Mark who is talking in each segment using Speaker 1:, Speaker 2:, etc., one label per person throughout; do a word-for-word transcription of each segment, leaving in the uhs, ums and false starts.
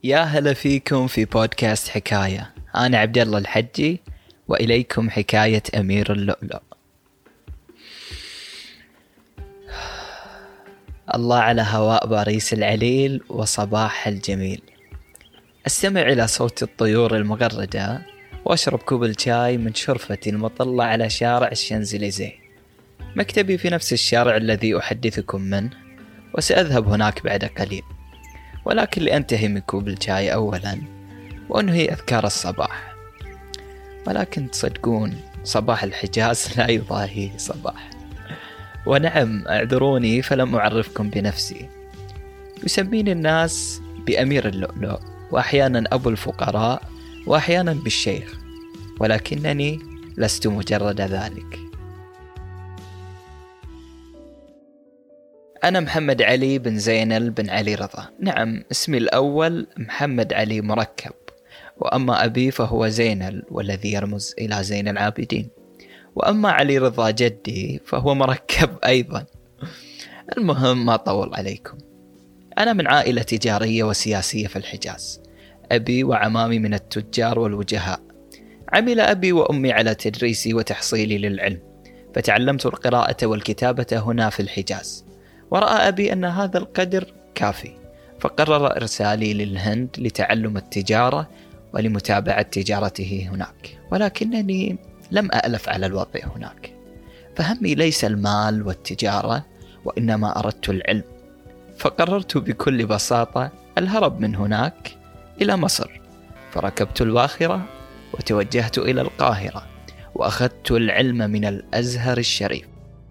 Speaker 1: يا هلا فيكم في بودكاست حكاية. أنا عبد الله الحجي وإليكم حكاية أمير اللؤلؤ. الله على هواء باريس العليل وصباح الجميل. أستمع إلى صوت الطيور المغردة وأشرب كوب الشاي من شرفتي المطلة على شارع الشانزليزيه. مكتبي في نفس الشارع الذي أحدثكم منه، وسأذهب هناك بعد قليل، ولكن لأنتهي من كوب الشاي أولا وأنهي أذكار الصباح. ولكن تصدقون صباح الحجاز لا يضاهي صباح. ونعم اعذروني فلم أعرفكم بنفسي. يسميني الناس بأمير اللؤلؤ، وأحيانا أبو الفقراء، وأحيانا بالشيخ، ولكنني لست مجرد ذلك. أنا محمد علي بن زينل بن علي رضا. نعم، اسمي الأول محمد علي مركب، وأما أبي فهو زينل والذي يرمز إلى زين العابدين، وأما علي رضا جدي فهو مركب أيضا. المهم ما طول عليكم. أنا من عائلة تجارية وسياسية في الحجاز. أبي وعمامي من التجار والوجهاء. عمل أبي وأمي على تدريسي وتحصيلي للعلم، فتعلمت القراءة والكتابة هنا في الحجاز. ورأى أبي أن هذا القدر كافي، فقرر إرسالي للهند لتعلم التجارة ولمتابعة تجارته هناك. ولكنني لم أألف على الوضع هناك، فهمي ليس المال والتجارة، وإنما أردت العلم. فقررت بكل بساطة الهرب من هناك إلى مصر، فركبت الباخرة وتوجهت إلى القاهرة، وأخذت العلم من الأزهر الشريف.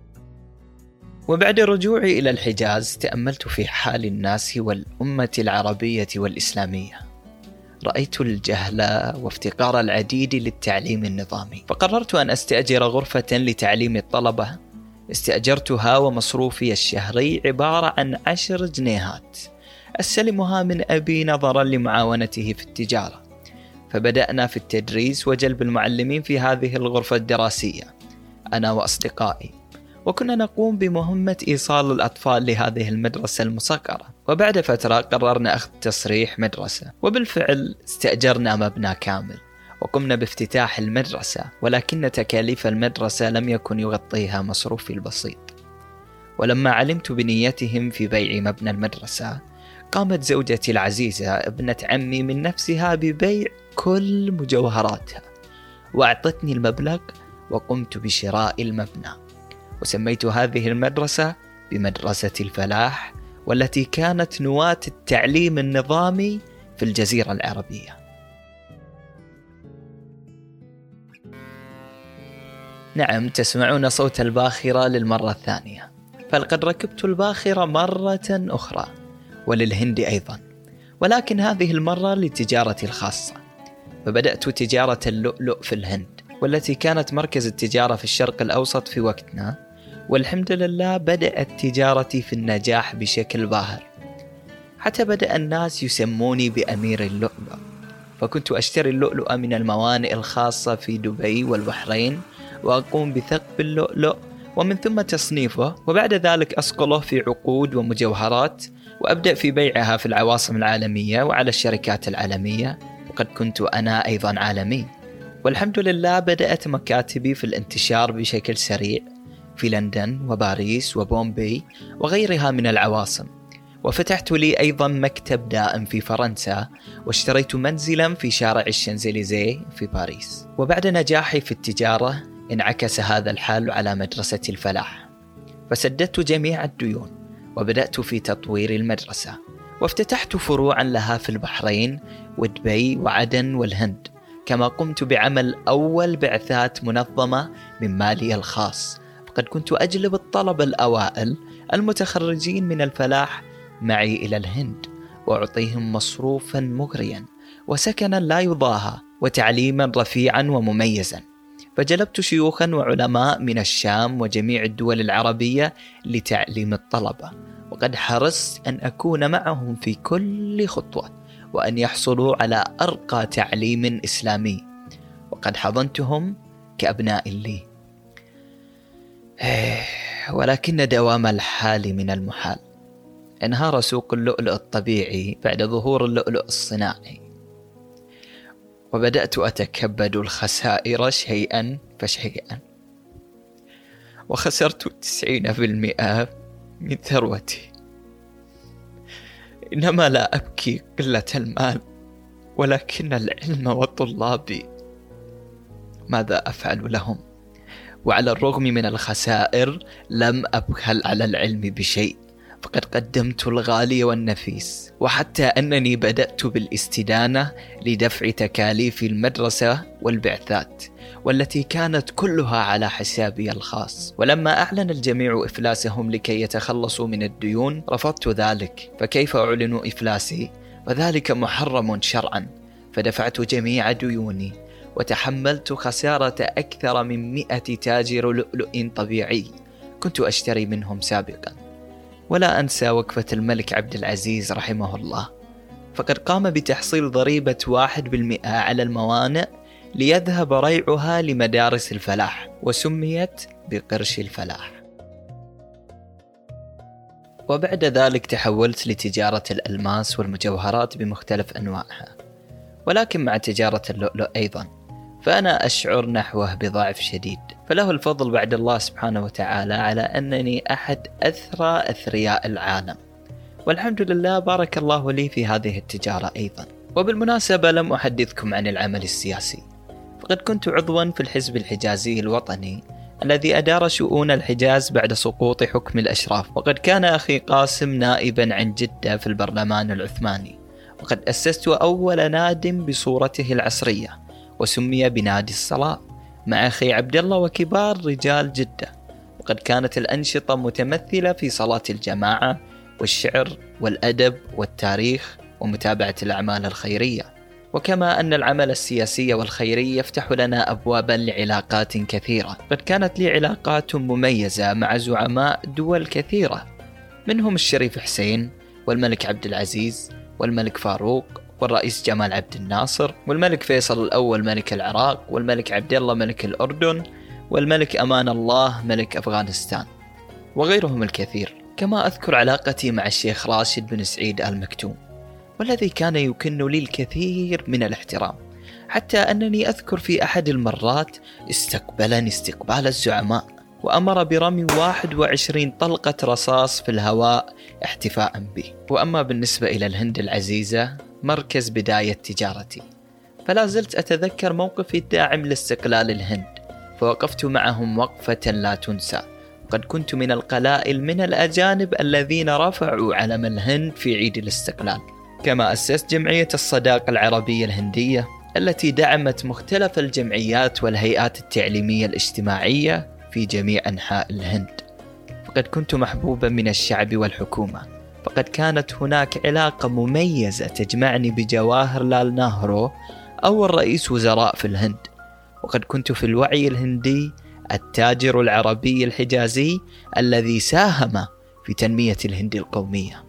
Speaker 1: وبعد رجوعي إلى الحجاز تأملت في حال الناس والأمة العربية والإسلامية. رأيت الجهل وافتقار العديد للتعليم النظامي، فقررت أن أستأجر غرفة لتعليم الطلبة. استأجرتها ومصروفي الشهري عبارة عن عشر جنيهات أستلمها من أبي نظرا لمعاونته في التجارة. فبدأنا في التدريس وجلب المعلمين في هذه الغرفة الدراسية أنا وأصدقائي، وكنا نقوم بمهمة إيصال الأطفال لهذه المدرسة المصغرة. وبعد فترة قررنا أخذ تصريح مدرسة، وبالفعل استأجرنا مبنى كامل وقمنا بافتتاح المدرسة، ولكن تكاليف المدرسة لم يكن يغطيها مصروفي البسيط. ولما علمت بنيتهم في بيع مبنى المدرسة، قامت زوجتي العزيزة ابنة عمي من نفسها ببيع كل مجوهراتها، وأعطتني المبلغ وقمت بشراء المبنى. وسميت هذه المدرسة بمدرسة الفلاح، والتي كانت نواة التعليم النظامي في الجزيرة العربية. نعم، تسمعون صوت الباخرة للمرة الثانية، فلقد ركبت الباخرة مرة أخرى، وللهند أيضا، ولكن هذه المرة لتجارتي الخاصة. فبدأت تجارة اللؤلؤ في الهند، والتي كانت مركز التجارة في الشرق الأوسط في وقتنا. والحمد لله بدأت تجارتي في النجاح بشكل باهر، حتى بدأ الناس يسموني بأمير اللؤلؤ. فكنت أشتري اللؤلؤ من الموانئ الخاصة في دبي والبحرين، وأقوم بثقب اللؤلؤ ومن ثم تصنيفه، وبعد ذلك أصقله في عقود ومجوهرات، وأبدأ في بيعها في العواصم العالمية وعلى الشركات العالمية. وقد كنت أنا أيضا عالمي، والحمد لله بدأت مكاتبي في الانتشار بشكل سريع في لندن وباريس وبومبي وغيرها من العواصم. وفتحت لي أيضا مكتب دائم في فرنسا، واشتريت منزلا في شارع الشانزليزيه في باريس. وبعد نجاحي في التجارة انعكس هذا الحال على مدرسة الفلاح، فسددت جميع الديون وبدأت في تطوير المدرسة، وافتتحت فروعا لها في البحرين ودبي وعدن والهند. كما قمت بعمل أول بعثات منظمة من مالي الخاص، فقد كنت أجلب الطلبة الأوائل المتخرجين من الفلاح معي إلى الهند، وأعطيهم مصروفا مغريا وسكنا لا يضاهى وتعليما رفيعا ومميزا. فجلبت شيوخا وعلماء من الشام وجميع الدول العربية لتعليم الطلبة، وقد حرصت أن أكون معهم في كل خطوة، وأن يحصلوا على أرقى تعليم إسلامي، وقد حضنتهم كأبناء لي. ولكن دوام الحال من المحال، انهار سوق اللؤلؤ الطبيعي بعد ظهور اللؤلؤ الصناعي، وبدأت أتكبد الخسائر شيئا فشيئا، وخسرت تسعين بالمئة من ثروتي. إنما لا أبكي قلة المال، ولكن العلم وطلابي ماذا أفعل لهم؟ وعلى الرغم من الخسائر لم أبخل على العلم بشيء، فقد قدمت الغالي والنفيس، وحتى أنني بدأت بالاستدانة لدفع تكاليف المدرسة والبعثات، والتي كانت كلها على حسابي الخاص. ولما أعلن الجميع إفلاسهم لكي يتخلصوا من الديون رفضت ذلك، فكيف أعلن إفلاسي وذلك محرم شرعا؟ فدفعت جميع ديوني، وتحملت خسارة أكثر من مئة تاجر لؤلؤ طبيعي كنت أشتري منهم سابقا. ولا أنسى وقفة الملك عبد العزيز رحمه الله، فقد قام بتحصيل ضريبة واحد بالمئة على الموانئ ليذهب ريعها لمدارس الفلاح، وسميت بقرش الفلاح. وبعد ذلك تحولت لتجارة الألماس والمجوهرات بمختلف أنواعها، ولكن مع تجارة اللؤلؤ أيضا فأنا أشعر نحوه بضعف شديد، فله الفضل بعد الله سبحانه وتعالى على أنني أحد أثرى أثرياء العالم، والحمد لله بارك الله لي في هذه التجارة أيضا. وبالمناسبة لم أحدثكم عن العمل السياسي، فقد كنت عضوا في الحزب الحجازي الوطني الذي أدار شؤون الحجاز بعد سقوط حكم الأشراف، وقد كان أخي قاسم نائبا عن جدة في البرلمان العثماني، وقد أسست أول ناد بصورته العصرية وسمي بنادي الصلاة مع أخي عبد الله وكبار رجال جدة، وقد كانت الأنشطة متمثلة في صلاة الجماعة والشعر والأدب والتاريخ ومتابعة الأعمال الخيرية. وكما أن العمل السياسي والخيري يفتح لنا أبوابا لعلاقات كثيرة، قد كانت لي علاقات مميزة مع زعماء دول كثيرة، منهم الشريف حسين والملك عبد العزيز والملك فاروق والرئيس جمال عبد الناصر والملك فيصل الأول ملك العراق والملك عبد الله ملك الأردن والملك أمان الله ملك أفغانستان وغيرهم الكثير. كما أذكر علاقتي مع الشيخ راشد بن سعيد آل مكتوم، والذي كان يكن لي الكثير من الاحترام، حتى أنني أذكر في أحد المرات استقبلني استقبال الزعماء وأمر برمي واحد وعشرين طلقة رصاص في الهواء احتفاء بي. وأما بالنسبة إلى الهند العزيزة مركز بداية تجارتي، فلا زلت أتذكر موقفي الداعم لاستقلال الهند، فوقفت معهم وقفة لا تنسى، وقد كنت من القلائل من الأجانب الذين رفعوا علم الهند في عيد الاستقلال. كما أسست جمعية الصداقة العربية الهندية التي دعمت مختلف الجمعيات والهيئات التعليمية الاجتماعية في جميع أنحاء الهند، فقد كنت محبوبا من الشعب والحكومة، فقد كانت هناك علاقة مميزة تجمعني بجواهر لال نهرو أول رئيس وزراء في الهند، وقد كنت في الوعي الهندي التاجر العربي الحجازي الذي ساهم في تنمية الهند القومية.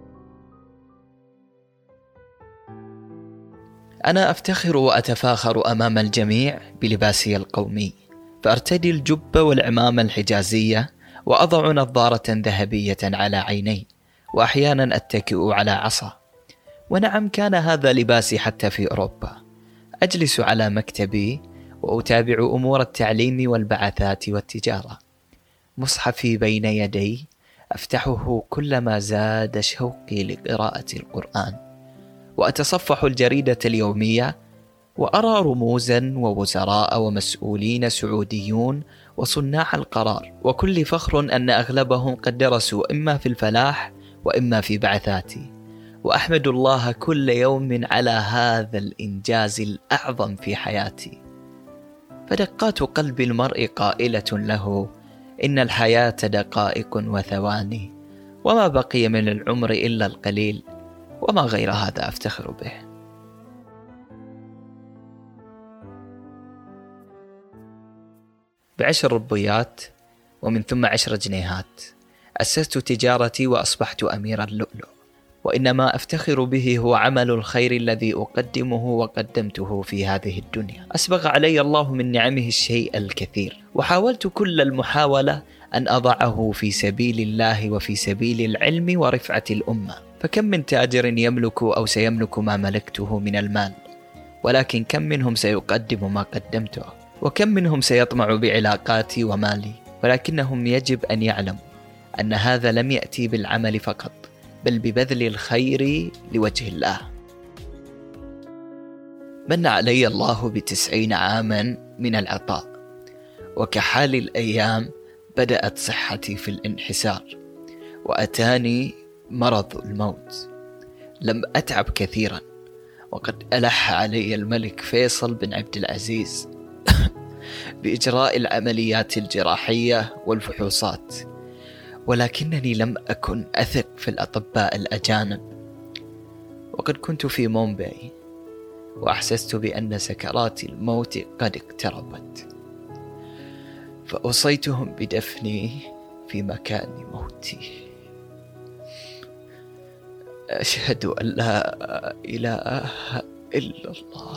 Speaker 1: أنا أفتخر وأتفاخر أمام الجميع بلباسي القومي، فأرتدي الجبة والعمامة الحجازية، وأضع نظارة ذهبية على عيني، وأحيانا أتكئ على عصا. ونعم كان هذا لباسي حتى في أوروبا. أجلس على مكتبي وأتابع أمور التعليم والبعثات والتجارة، مصحفي بين يدي أفتحه كلما زاد شوقي لقراءة القرآن، وأتصفح الجريدة اليومية وأرى رموزا ووزراء ومسؤولين سعوديون وصناع القرار، وكل فخر أن أغلبهم قد درسوا إما في الفلاح وإما في بعثاتي، وأحمد الله كل يوم على هذا الإنجاز الأعظم في حياتي. فدقات قلب المرء قائلة له إن الحياة دقائق وثواني، وما بقي من العمر إلا القليل، وما غير هذا أفتخر به. بعشر ربيات ومن ثم عشر جنيهات أسست تجارتي وأصبحت أمير اللؤلؤ، وإنما أفتخر به هو عمل الخير الذي أقدمه وقدمته في هذه الدنيا. أسبغ علي الله من نعمه الشيء الكثير، وحاولت كل المحاولة أن أضعه في سبيل الله وفي سبيل العلم ورفعة الأمة. فكم من تاجر يملك أو سيملك ما ملكته من المال، ولكن كم منهم سيقدم ما قدمته، وكم منهم سيطمع بعلاقاتي ومالي، ولكنهم يجب أن يعلموا أن هذا لم يأتي بالعمل فقط، بل ببذل الخير لوجه الله. من علي الله بتسعين عاما من العطاء، وكحال الأيام بدأت صحتي في الانحسار، وأتاني مرض الموت. لم أتعب كثيرا، وقد ألح علي الملك فيصل بن عبد العزيز بإجراء العمليات الجراحية والفحوصات، ولكنني لم أكن أثق في الأطباء الأجانب. وقد كنت في مومباي، وأحسست بأن سكرات الموت قد اقتربت، فأوصيتهم بدفني في مكان موتي. أشهد أن لا إله إلا الله.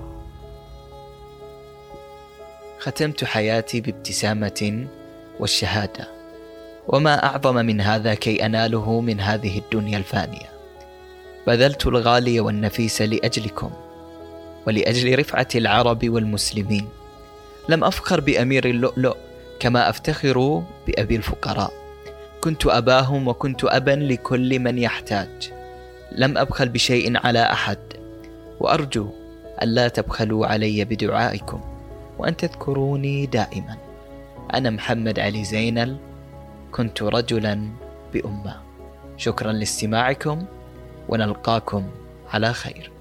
Speaker 1: ختمت حياتي بابتسامة والشهادة، وما أعظم من هذا كي أناله من هذه الدنيا الفانية. بذلت الغالي والنفيس لأجلكم ولأجل رفعة العرب والمسلمين. لم أفخر بأمير اللؤلؤ كما أفتخر بأبي الفقراء. كنت أباهم وكنت أبا لكل من يحتاج. لم أبخل بشيء على أحد، وأرجو أن لا تبخلوا علي بدعائكم، وأن تذكروني دائما. أنا محمد علي زينل، كنت رجلا بأمة. شكرا لاستماعكم، ونلقاكم على خير.